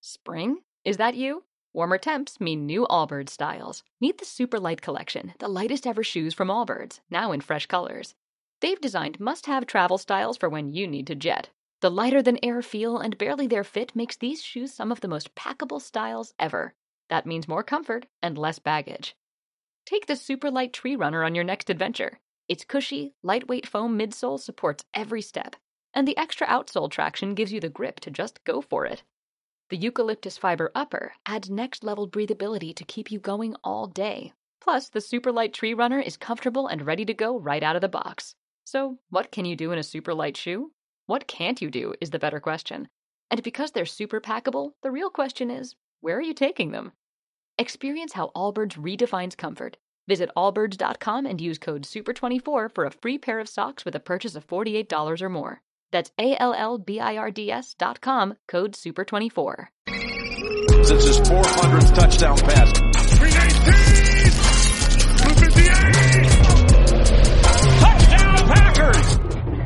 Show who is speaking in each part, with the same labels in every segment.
Speaker 1: Spring? Is that you? Warmer temps mean new Allbirds styles. Meet the Super Light Collection, the lightest ever shoes from Allbirds, now in fresh colors. They've designed must-have travel styles for when you need to jet. The lighter-than-air feel and barely-there fit makes these shoes some of the most packable styles ever. That means more comfort and less baggage. Take the Super Light Tree Runner on your next adventure. Its cushy, lightweight foam midsole supports every step, and the extra outsole traction gives you the grip to just go for it. The eucalyptus fiber upper adds next-level breathability to keep you going all day. Plus, the Super Light Tree Runner is comfortable and ready to go right out of the box. So, what can you do in a super light shoe? What can't you do is the better question. And because they're super packable, the real question is, where are you taking them? Experience how Allbirds redefines comfort. Visit allbirds.com and use code SUPER24 for a free pair of socks with a purchase of $48 or more. That's ALLBIRDS.com, code SUPER24.
Speaker 2: Since his 400th touchdown pass. 319! Touchdown Packers!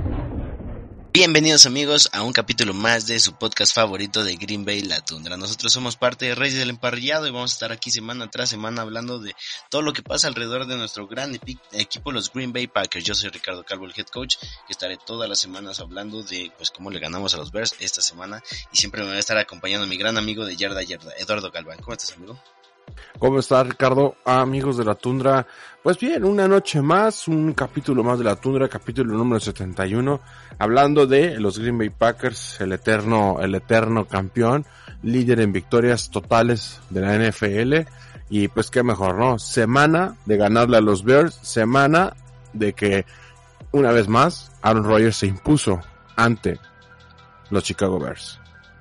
Speaker 3: Bienvenidos amigos a un capítulo más de su podcast favorito de Green Bay La Tundra. Nosotros somos parte de Reyes del Emparrillado y vamos a estar aquí semana tras semana hablando de todo lo que pasa alrededor de nuestro gran equipo, los Green Bay Packers. Yo soy Ricardo Calvo, el head coach, que estaré todas las semanas hablando de pues cómo le ganamos a los Bears esta semana, y siempre me va a estar acompañando mi gran amigo de Yarda a Yarda, Eduardo Galván. ¿Cómo estás, amigo?
Speaker 4: ¿Cómo estás, Ricardo? Amigos de La Tundra, pues bien, una noche más, un capítulo más de La Tundra, capítulo número 71, hablando de los Green Bay Packers, el eterno campeón, líder en victorias totales de la NFL, y pues qué mejor, ¿no? Semana de ganarle a los Bears, semana de que, una vez más, Aaron Rodgers se impuso ante los Chicago Bears.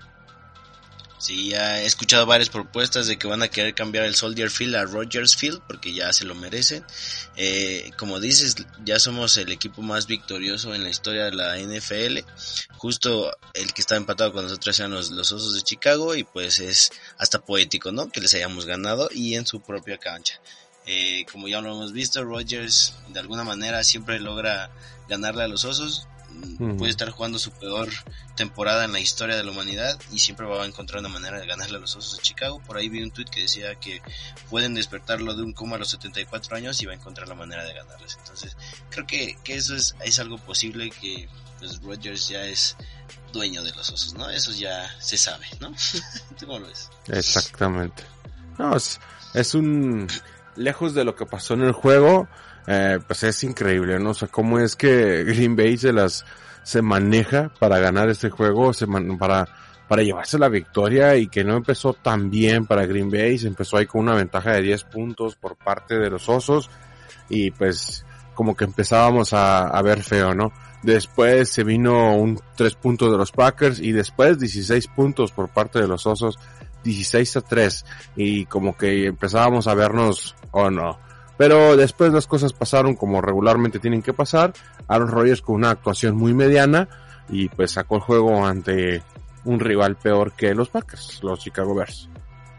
Speaker 3: Sí, ya he escuchado varias propuestas de que van a querer cambiar el Soldier Field a Rogers Field porque ya se lo merecen. Como dices, ya somos el equipo más victorioso en la historia de la NFL. Justo el que está empatado con nosotros eran los Osos de Chicago, y pues es hasta poético, ¿no?, que les hayamos ganado y en su propia cancha. Como ya lo hemos visto, Rodgers de alguna manera siempre logra ganarle a los Osos. Puede estar jugando su peor temporada en la historia de la humanidad y siempre va a encontrar una manera de ganarle a los Osos de Chicago. Por ahí vi un tweet que decía que pueden despertarlo de un coma a los 74 años y va a encontrar la manera de ganarles. Entonces creo que eso es algo posible, que pues Rodgers ya es dueño de los Osos, ¿no? Eso ya se sabe, ¿no? ¿Tú cómo lo ves?
Speaker 4: Exactamente. No, es un... lejos de lo que pasó en el juego, pues es increíble, ¿no? O sea, cómo es que Green Bay se maneja para ganar este juego, para llevarse la victoria, y que no empezó tan bien para Green Bay. Se empezó ahí con una ventaja de 10 puntos por parte de los Osos, y pues como que empezábamos a ver feo, ¿no? Después se vino un 3 puntos de los Packers, y después 16 puntos por parte de los Osos, 16-3, y como que empezábamos a vernos, no. Pero después las cosas pasaron como regularmente tienen que pasar. Aaron Rodgers con una actuación muy mediana, y pues sacó el juego ante un rival peor que los Packers, los Chicago Bears.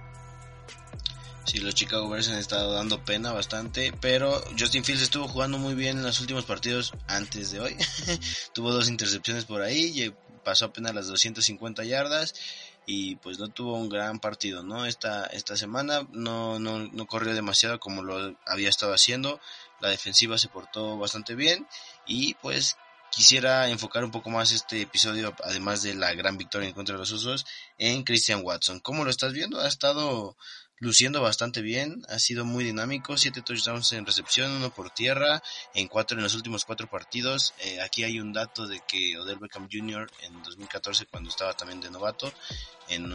Speaker 3: Sí, los Chicago Bears han estado dando pena bastante, pero Justin Fields estuvo jugando muy bien en los últimos partidos antes de hoy. Tuvo 2 intercepciones por ahí, y pasó apenas las 250 yardas. Y pues no tuvo un gran partido, ¿no? Esta semana no corrió demasiado como lo había estado haciendo. La defensiva se portó bastante bien, y pues quisiera enfocar un poco más este episodio, además de la gran victoria en contra de los Osos, en Christian Watson. ¿Cómo lo estás viendo? Ha estado luciendo bastante bien, ha sido muy dinámico, 7 touchdowns en recepción, 1 por tierra, en los últimos 4 partidos. Aquí hay un dato de que Odell Beckham Jr. en 2014, cuando estaba también de novato, en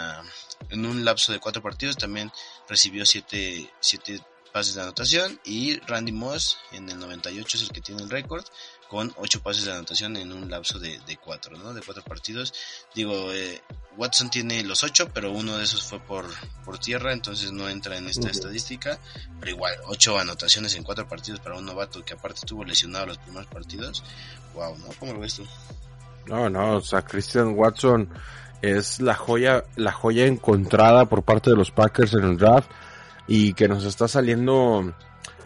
Speaker 3: un lapso de 4 partidos también recibió 7 pases de anotación, y Randy Moss en el 98 es el que tiene el récord, con 8 pases de anotación en un lapso de 4, ¿no? De 4 partidos. Digo, Watson tiene los 8, pero uno de esos fue por tierra, entonces no entra en esta estadística. Pero igual, 8 anotaciones en 4 partidos para un novato que aparte estuvo lesionado los primeros partidos. Wow, ¿no? ¿Cómo lo ves tú?
Speaker 4: No, o sea, Christian Watson es la joya encontrada por parte de los Packers en el draft, y que nos está saliendo,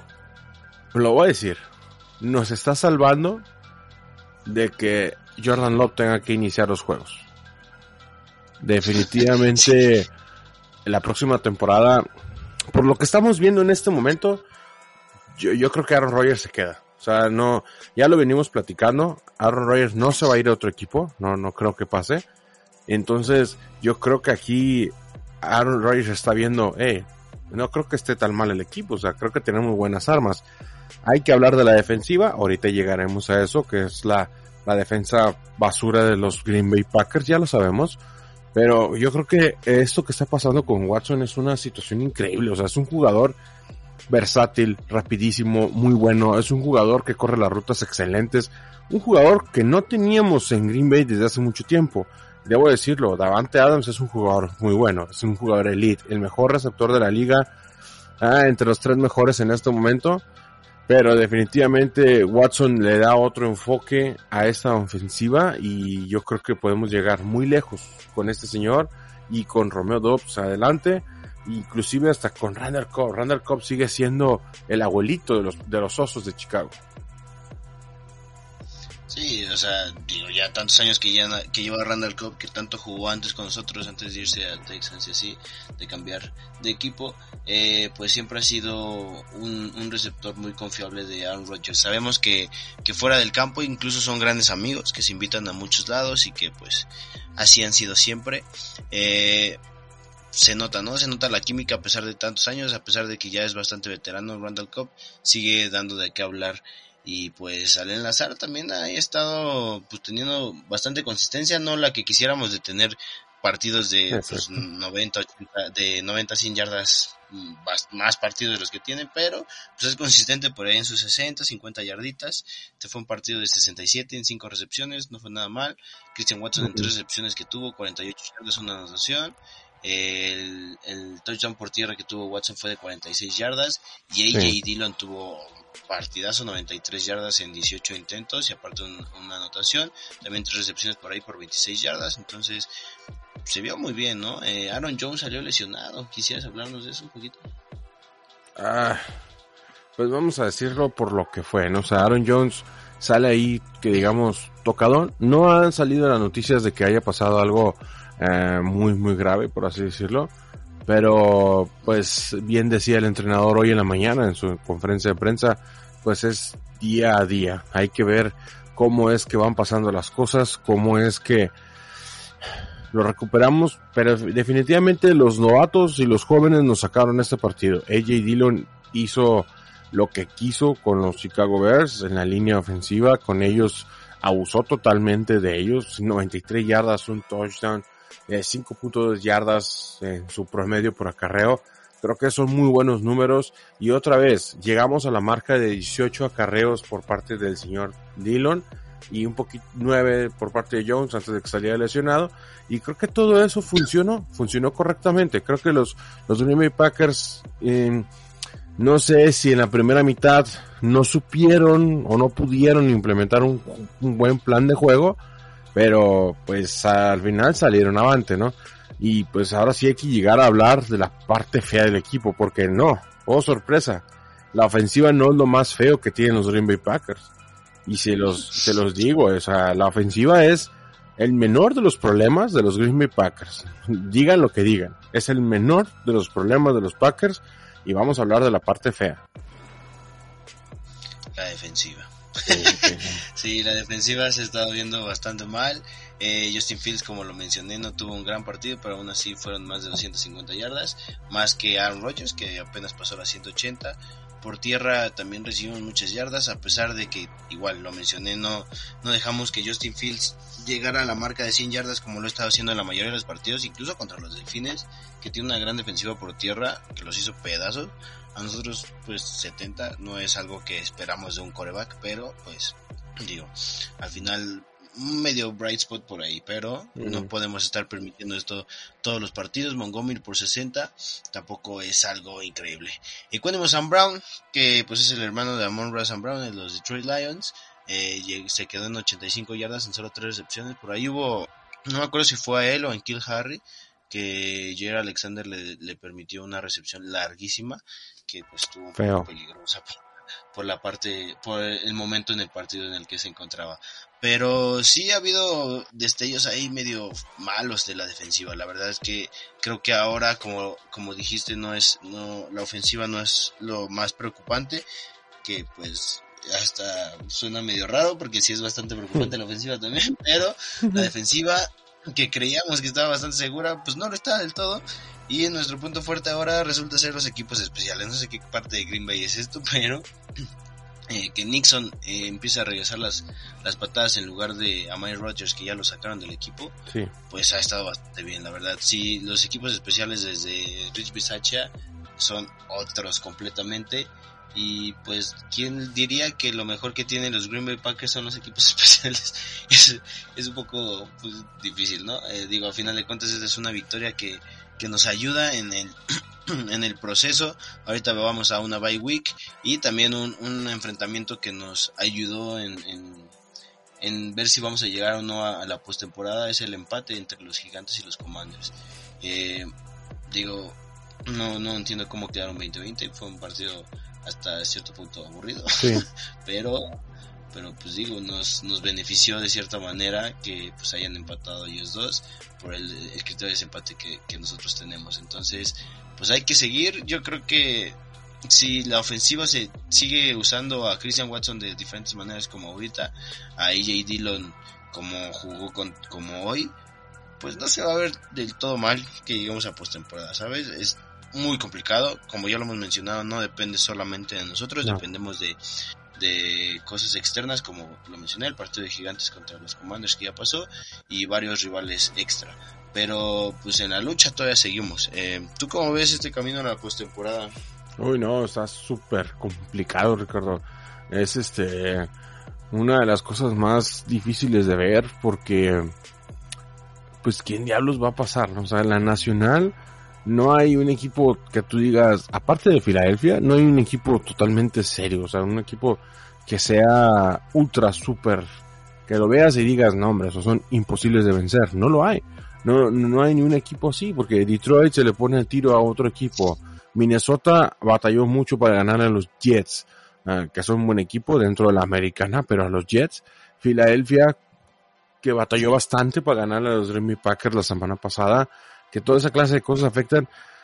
Speaker 4: lo voy a decir, nos está salvando de que Jordan Love tenga que iniciar los juegos. definitivamente la próxima temporada, por lo que estamos viendo en este momento, yo creo que Aaron Rodgers se queda. O sea, no, ya lo venimos platicando, Aaron Rodgers no se va a ir a otro equipo, no creo que pase. Entonces, yo creo que aquí Aaron Rodgers está viendo, no creo que esté tan mal el equipo, o sea, creo que tenemos buenas armas. Hay que hablar de la defensiva, ahorita llegaremos a eso, que es la defensa basura de los Green Bay Packers, ya lo sabemos. Pero yo creo que esto que está pasando con Watson es una situación increíble, o sea, es un jugador versátil, rapidísimo, muy bueno, es un jugador que corre las rutas excelentes, un jugador que no teníamos en Green Bay desde hace mucho tiempo. Debo decirlo, Davante Adams es un jugador muy bueno, es un jugador elite, el mejor receptor de la liga, entre los 3 mejores en este momento, pero definitivamente Watson le da otro enfoque a esta ofensiva y yo creo que podemos llegar muy lejos con este señor y con Romeo Doubs adelante, inclusive hasta con Randall Cobb. Randall Cobb sigue siendo el abuelito de los Osos de Chicago.
Speaker 3: Sí, o sea, digo, ya tantos años que lleva Randall Cobb, que tanto jugó antes con nosotros, antes de irse a Texans y así, de cambiar de equipo, pues siempre ha sido un receptor muy confiable de Aaron Rodgers. Sabemos que fuera del campo incluso son grandes amigos, que se invitan a muchos lados y que pues así han sido siempre. Se nota, ¿no? Se nota la química a pesar de tantos años, a pesar de que ya es bastante veterano. Randall Cobb sigue dando de qué hablar. Y pues al enlazar también ha estado pues teniendo bastante consistencia, no la que quisiéramos de tener partidos de pues, 90, 80, de 90 100 yardas, más partidos de los que tiene, pero pues es consistente por ahí en sus 60, 50 yarditas. Este fue un partido de 67 en 5 recepciones, no fue nada mal. Christian Watson en 3 recepciones que tuvo, 48 yardas, una anotación. El touchdown por tierra que tuvo Watson fue de 46 yardas y AJ Dillon tuvo partidazo, 93 yardas en 18 intentos y aparte una anotación, también 3 recepciones por ahí por 26 yardas, entonces se vio muy bien, ¿no? Aaron Jones salió lesionado, ¿quisieras hablarnos de eso un poquito?
Speaker 4: Pues vamos a decirlo por lo que fue, ¿no? O sea, Aaron Jones sale ahí, que digamos, tocado. No han salido las noticias de que haya pasado algo muy, muy grave, por así decirlo. Pero, pues, bien decía el entrenador hoy en la mañana en su conferencia de prensa, pues es día a día. Hay que ver cómo es que van pasando las cosas, cómo es que lo recuperamos, pero definitivamente los novatos y los jóvenes nos sacaron este partido. AJ Dillon hizo lo que quiso con los Chicago Bears en la línea ofensiva, con ellos abusó totalmente de ellos, 93 yardas, un touchdown, 5.2 yardas en su promedio por acarreo. Creo que son muy buenos números y otra vez llegamos a la marca de 18 acarreos por parte del señor Dillon y un poquito 9 por parte de Jones antes de que saliera lesionado, y creo que todo eso funcionó correctamente. Creo que los Green Bay Packers no sé si en la primera mitad no supieron o no pudieron implementar un buen plan de juego, pero pues al final salieron avante, ¿no? Y pues ahora sí hay que llegar a hablar de la parte fea del equipo, porque no, oh sorpresa, la ofensiva no es lo más feo que tienen los Green Bay Packers. Y se los digo, o sea, la ofensiva es el menor de los problemas de los Green Bay Packers. Digan lo que digan, es el menor de los problemas de los Packers, y vamos a hablar de la parte fea.
Speaker 3: La defensiva. Sí, la defensiva se ha estado viendo bastante mal. Justin Fields, como lo mencioné, no tuvo un gran partido, pero aún así fueron más de 250 yardas, más que Aaron Rodgers, que apenas pasó las 180. Por tierra también recibimos muchas yardas, a pesar de que, igual lo mencioné, no dejamos que Justin Fields llegara a la marca de 100 yardas como lo ha estado haciendo en la mayoría de los partidos, incluso contra los Delfines, que tiene una gran defensiva por tierra, que los hizo pedazos. A nosotros, pues 70 no es algo que esperamos de un quarterback, pero pues digo, al final un medio bright spot por ahí, pero no podemos estar permitiendo esto todos los partidos. Montgomery por 60 tampoco es algo increíble. Y Quentin Sam Brown, que pues es el hermano de Amon-Ra St. Brown de los Detroit Lions, se quedó en 85 yardas en solo 3 recepciones. Por ahí hubo, no me acuerdo si fue a él o en Kill Harry, que Jair Alexander le permitió una recepción larguísima, que pues estuvo un poco peligrosa por el momento en el partido en el que se encontraba. Pero sí ha habido destellos ahí medio malos de la defensiva. La verdad es que creo que ahora, como dijiste, la ofensiva no es lo más preocupante, que pues hasta suena medio raro porque sí es bastante preocupante la ofensiva también, pero la defensiva, que creíamos que estaba bastante segura, pues no lo está del todo. Y en nuestro punto fuerte ahora resulta ser los equipos especiales. No sé qué parte de Green Bay es esto, pero que Nixon empieza a regresar las patadas en lugar de Amari Rodgers, que ya lo sacaron del equipo,
Speaker 4: Sí.
Speaker 3: pues ha estado bastante bien, la verdad. Sí, los equipos especiales desde Rich Bisaccia son otros completamente. Y pues, ¿quién diría que lo mejor que tienen los Green Bay Packers son los equipos especiales? Es un poco pues, difícil, ¿no? Digo, a final de cuentas, esta es una victoria que nos ayuda en el proceso. Ahorita vamos a una bye week y también un enfrentamiento que nos ayudó en ver si vamos a llegar o no a la postemporada. Es el empate entre los Gigantes y los Commanders. Digo, no entiendo cómo quedaron 20-20. Fue un partido hasta cierto punto aburrido.
Speaker 4: Sí.
Speaker 3: pero pues digo, nos benefició de cierta manera que pues hayan empatado ellos dos por el criterio de desempate que nosotros tenemos. Entonces pues hay que seguir. Yo creo que si la ofensiva se sigue usando a Christian Watson de diferentes maneras como ahorita, a AJ Dillon como jugó como hoy, pues no se va a ver del todo mal que lleguemos a postemporada, ¿sabes? Es muy complicado, como ya lo hemos mencionado, no depende solamente de nosotros,
Speaker 4: no.
Speaker 3: Dependemos de cosas externas, como lo mencioné, el partido de Gigantes contra los Commanders que ya pasó y varios rivales extra, pero pues en la lucha todavía seguimos. ¿Tú cómo ves este camino a la postemporada?
Speaker 4: Uy, no, está súper complicado, Ricardo. Es una de las cosas más difíciles de ver porque pues quién diablos va a pasar, ¿no? O sea, en la nacional no hay un equipo que tú digas, aparte de Filadelfia, no hay un equipo totalmente serio, o sea, un equipo que sea ultra súper, que lo veas y digas, no hombre, esos son imposibles de vencer. No lo hay, no hay ni un equipo así, porque Detroit se le pone el tiro a otro equipo. Minnesota batalló mucho para ganar a los Jets, que son un buen equipo dentro de la americana, pero a los Jets. Filadelfia, que batalló bastante para ganar a los Green Bay Packers la semana pasada. Que toda esa clase de cosas afectan,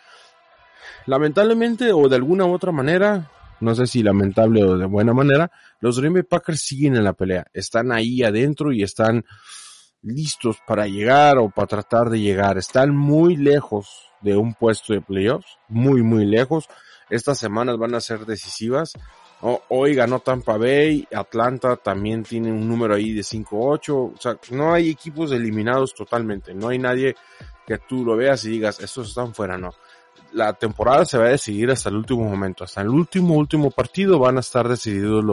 Speaker 4: lamentablemente o de alguna u otra manera, no sé si lamentable o de buena manera, los Green Bay Packers siguen en la pelea, están ahí adentro y están listos para llegar o para tratar de llegar, están muy lejos de un puesto de playoffs, muy muy lejos. Estas semanas van a ser decisivas. Hoy ganó Tampa Bay, Atlanta también tiene un número ahí de 5-8, o sea, no hay equipos eliminados totalmente, no hay nadie que tú lo veas y digas, estos están fuera, no. La temporada se va a decidir hasta el último momento, hasta el último partido van a estar decididos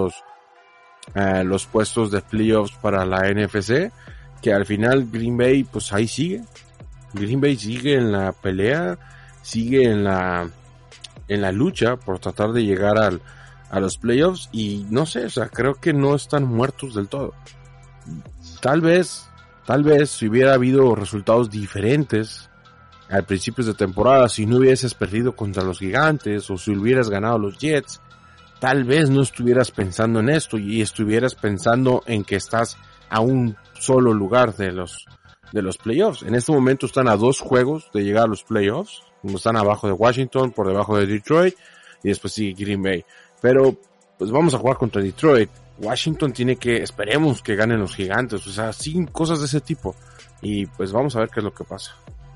Speaker 4: los puestos de playoffs para la NFC, que al final Green Bay, pues ahí sigue. Green Bay sigue en la pelea, sigue en la lucha por tratar de llegar a los playoffs y no sé, o sea, creo que no están muertos del todo. Tal vez si hubiera habido resultados diferentes al principio de temporada, si no hubieses perdido contra los Gigantes o si hubieras ganado los Jets, tal vez no estuvieras pensando en esto y estuvieras pensando en que estás a un solo lugar de los playoffs. En este momento están a 2 juegos de llegar a los playoffs, están abajo de Washington, por debajo de Detroit y después sigue Green Bay. Pero pues vamos a jugar contra Detroit. Washington esperemos que ganen los Gigantes, o sea, sin cosas de ese tipo. Y pues vamos a ver qué es lo que pasa.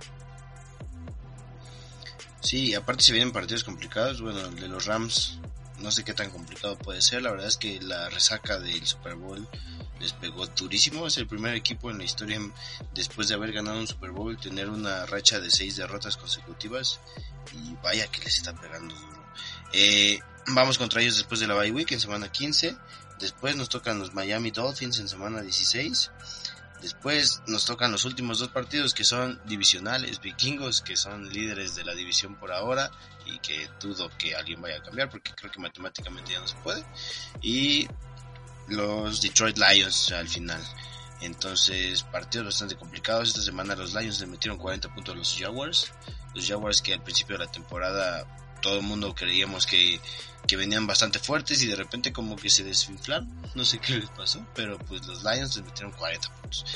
Speaker 3: Sí, aparte se vienen partidos complicados. Bueno, el de los Rams, no sé qué tan complicado puede ser. La verdad es que la resaca del Super Bowl les pegó durísimo. Es el primer equipo en la historia, después de haber ganado un Super Bowl, tener una racha de 6 derrotas consecutivas. Y vaya que les está pegando duro. Vamos contra ellos después de la bye week en semana 15. Después nos tocan los Miami Dolphins en semana 16. Después nos tocan los últimos 2 partidos que son divisionales, Vikingos, que son líderes de la división por ahora y que dudo que alguien vaya a cambiar porque creo que matemáticamente ya no se puede. Y los Detroit Lions al final. Entonces, partidos bastante complicados. Esta semana los Lions le metieron 40 puntos a los Jaguars. Los Jaguars que al principio de la temporada todo el mundo creíamos que que venían bastante fuertes y de repente como que se desinflaron, no sé qué les pasó, pero pues los Lions les metieron 40 puntos.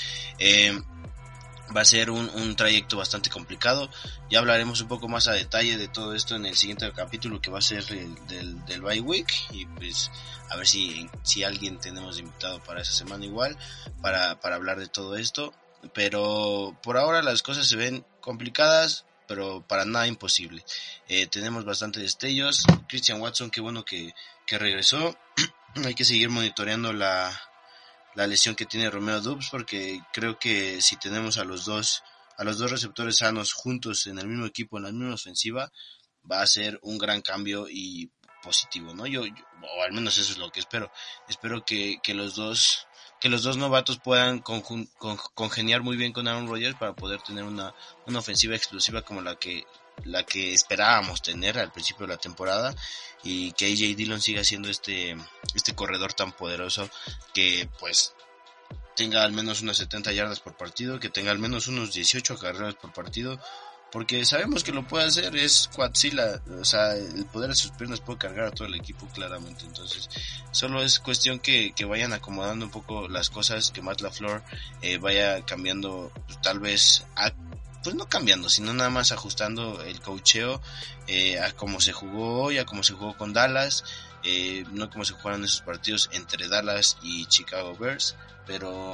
Speaker 3: Va a ser un trayecto bastante complicado. Ya hablaremos un poco más a detalle de todo esto en el siguiente capítulo, que va a ser del bye week, y pues a ver si alguien tenemos invitado para esa semana igual para hablar de todo esto. Pero por ahora las cosas se ven complicadas, pero para nada imposible. Tenemos bastantes destellos. Christian Watson, qué bueno que regresó. Hay que seguir monitoreando la lesión que tiene Romeo Doubs, porque creo que si tenemos a los dos receptores sanos juntos en el mismo equipo, en la misma ofensiva, va a ser un gran cambio y positivo, ¿no? Yo o al menos eso es lo que espero. Espero que los dos novatos puedan congeniar muy bien con Aaron Rodgers para poder tener una ofensiva explosiva como la que esperábamos tener al principio de la temporada, y que AJ Dillon siga siendo este corredor tan poderoso, que pues tenga al menos unas 70 yardas por partido, que tenga al menos unos 18 acarreos por partido, porque sabemos que lo puede hacer. Es Quadzilla, o sea, el poder de sus piernas puede cargar a todo el equipo claramente. Entonces solo es cuestión que vayan acomodando un poco las cosas, que Matt LaFleur vaya cambiando, pues, tal vez pues no cambiando, sino nada más ajustando el coacheo a cómo se jugó hoy, a cómo se jugó con Dallas, no como se jugaron esos partidos entre Dallas y Chicago Bears, pero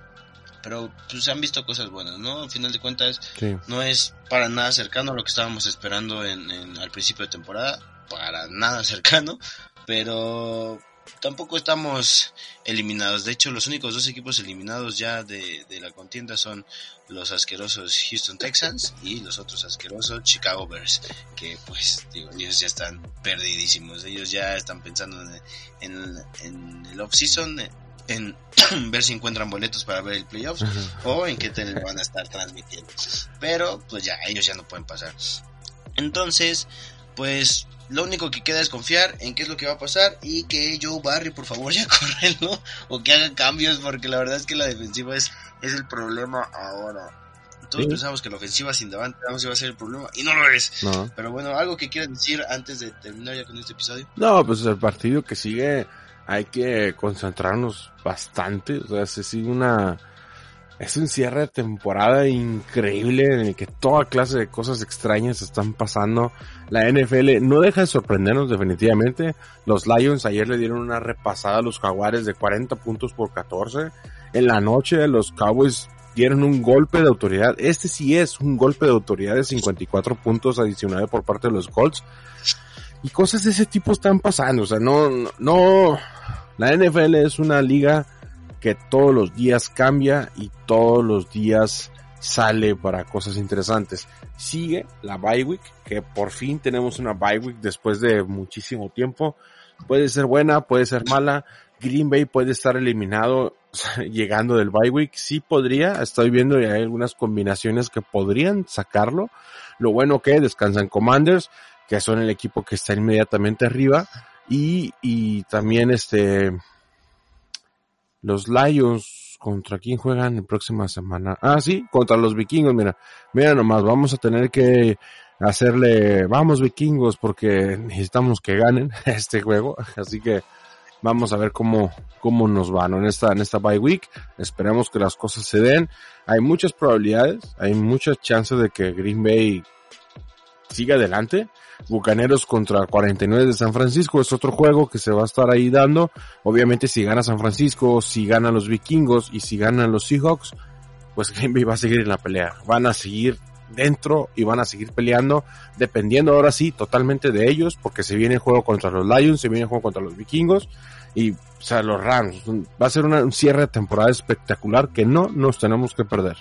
Speaker 3: pues se han visto cosas buenas, ¿no? Al final de cuentas, sí, no es para nada cercano a lo que estábamos esperando al principio de temporada, para nada cercano, pero tampoco estamos eliminados. De hecho, los únicos dos equipos eliminados ya de la contienda son los asquerosos Houston Texans y los otros asquerosos Chicago Bears, que pues digo, ellos ya están perdidísimos. Ellos ya están pensando en el off-season, en ver si encuentran boletos para ver el playoffs, o en qué tele van a estar transmitiendo. Pero pues ya, ellos ya no pueden pasar. Entonces, pues lo único que queda es confiar en qué es lo que va a pasar, y que Joe Barry, por favor, ya córrenlo, o que haga cambios, porque la verdad es que la defensiva es el problema ahora. Todos pensamos que la ofensiva sin Davante Adams iba a ser el problema, y no lo es. No. Pero bueno, ¿algo que quieras decir antes de terminar ya con este episodio?
Speaker 4: No, pues el partido que sigue hay que concentrarnos bastante. O sea, es un cierre de temporada increíble en el que toda clase de cosas extrañas están pasando. La NFL no deja de sorprendernos definitivamente. Los Lions ayer le dieron una repasada a los Jaguares de 40 puntos por 14. En la noche los Cowboys dieron un golpe de autoridad. Este sí es un golpe de autoridad de 54 puntos adicionales por parte de los Colts. Y cosas de ese tipo están pasando. O sea, no. La NFL es una liga que todos los días cambia y todos los días sale para cosas interesantes. Sigue la bye week, que por fin tenemos una bye week después de muchísimo tiempo. Puede ser buena, puede ser mala. Green Bay puede estar eliminado llegando del bye week. Sí podría, estoy viendo y hay algunas combinaciones que podrían sacarlo. Lo bueno que descansan Commanders, que son el equipo que está inmediatamente arriba, y también los Lions, ¿contra quién juegan la próxima semana? Ah, sí, contra los Vikingos. Mira nomás, vamos a tener que vamos Vikingos, porque necesitamos que ganen este juego, así que vamos a ver cómo nos van, ¿no? en esta bye week. Esperemos que las cosas se den. Hay muchas probabilidades, hay muchas chances de que Green Bay siga adelante. Bucaneros contra 49 de San Francisco es otro juego que se va a estar ahí dando. Obviamente si gana San Francisco, si ganan los Vikingos y si ganan los Seahawks, pues Green Bay va a seguir en la pelea. Van a seguir dentro y van a seguir peleando, dependiendo ahora sí totalmente de ellos, porque se viene el juego contra los Lions, se viene el juego contra los Vikingos y, o sea, los Rams. Va a ser un cierre de temporada espectacular que no nos tenemos que perder.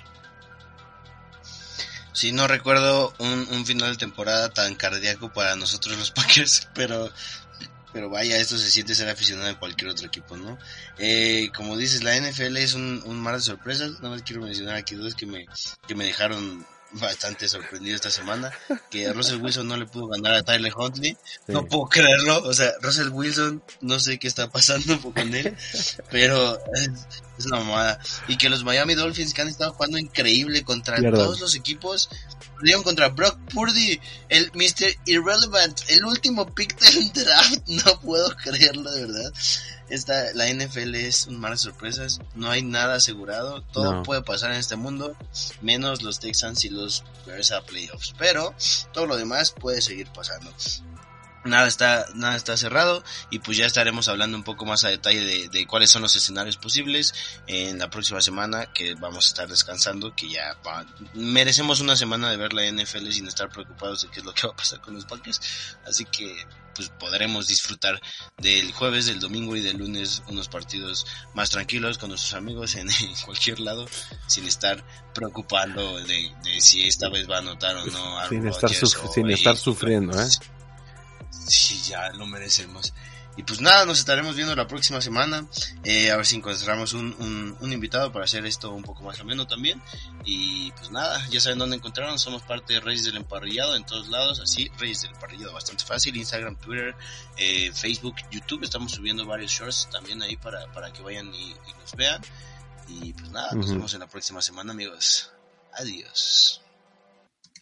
Speaker 3: Sí, no recuerdo un final de temporada tan cardíaco para nosotros los Packers, pero vaya, esto se siente ser aficionado de cualquier otro equipo, ¿no? Como dices, la NFL es un mar de sorpresas. Nada más quiero mencionar aquí dos que me dejaron bastante sorprendido esta semana, que Russell Wilson no le pudo ganar a Tyler Huntley.
Speaker 4: Sí.
Speaker 3: No puedo creerlo, o sea, Russell Wilson, no sé qué está pasando con él, pero es una mamada. Y que los Miami Dolphins, que han estado jugando increíble contra todos los equipos, perdieron contra Brock Purdy, el Mr. Irrelevant, el último pick del draft. No puedo creerlo, de verdad. La NFL es un mar de sorpresas, no hay nada asegurado, todo puede pasar en este mundo, menos los Texans y los Bears a playoffs, pero todo lo demás puede seguir pasando. Nada está cerrado, y pues ya estaremos hablando un poco más a detalle de cuáles son los escenarios posibles en la próxima semana, que vamos a estar descansando, que ya merecemos una semana de ver la NFL sin estar preocupados de qué es lo que va a pasar con los Packers, así que pues podremos disfrutar del jueves, del domingo y del lunes unos partidos más tranquilos con nuestros amigos en cualquier lado, sin estar preocupando de si esta vez va a anotar o no,
Speaker 4: sin estar sufriendo,
Speaker 3: Sí, ya lo merecemos. Y pues nada, nos estaremos viendo la próxima semana, a ver si encontramos un invitado para hacer esto un poco más ameno también. Y pues nada, ya saben dónde encontrarnos, somos parte de Reyes del Emparrillado en todos lados, así, Reyes del Emparrillado, bastante fácil, Instagram, Twitter, Facebook, YouTube, estamos subiendo varios shorts también ahí para que vayan y nos vean. Y pues nada, nos vemos en la próxima semana, amigos. Adiós.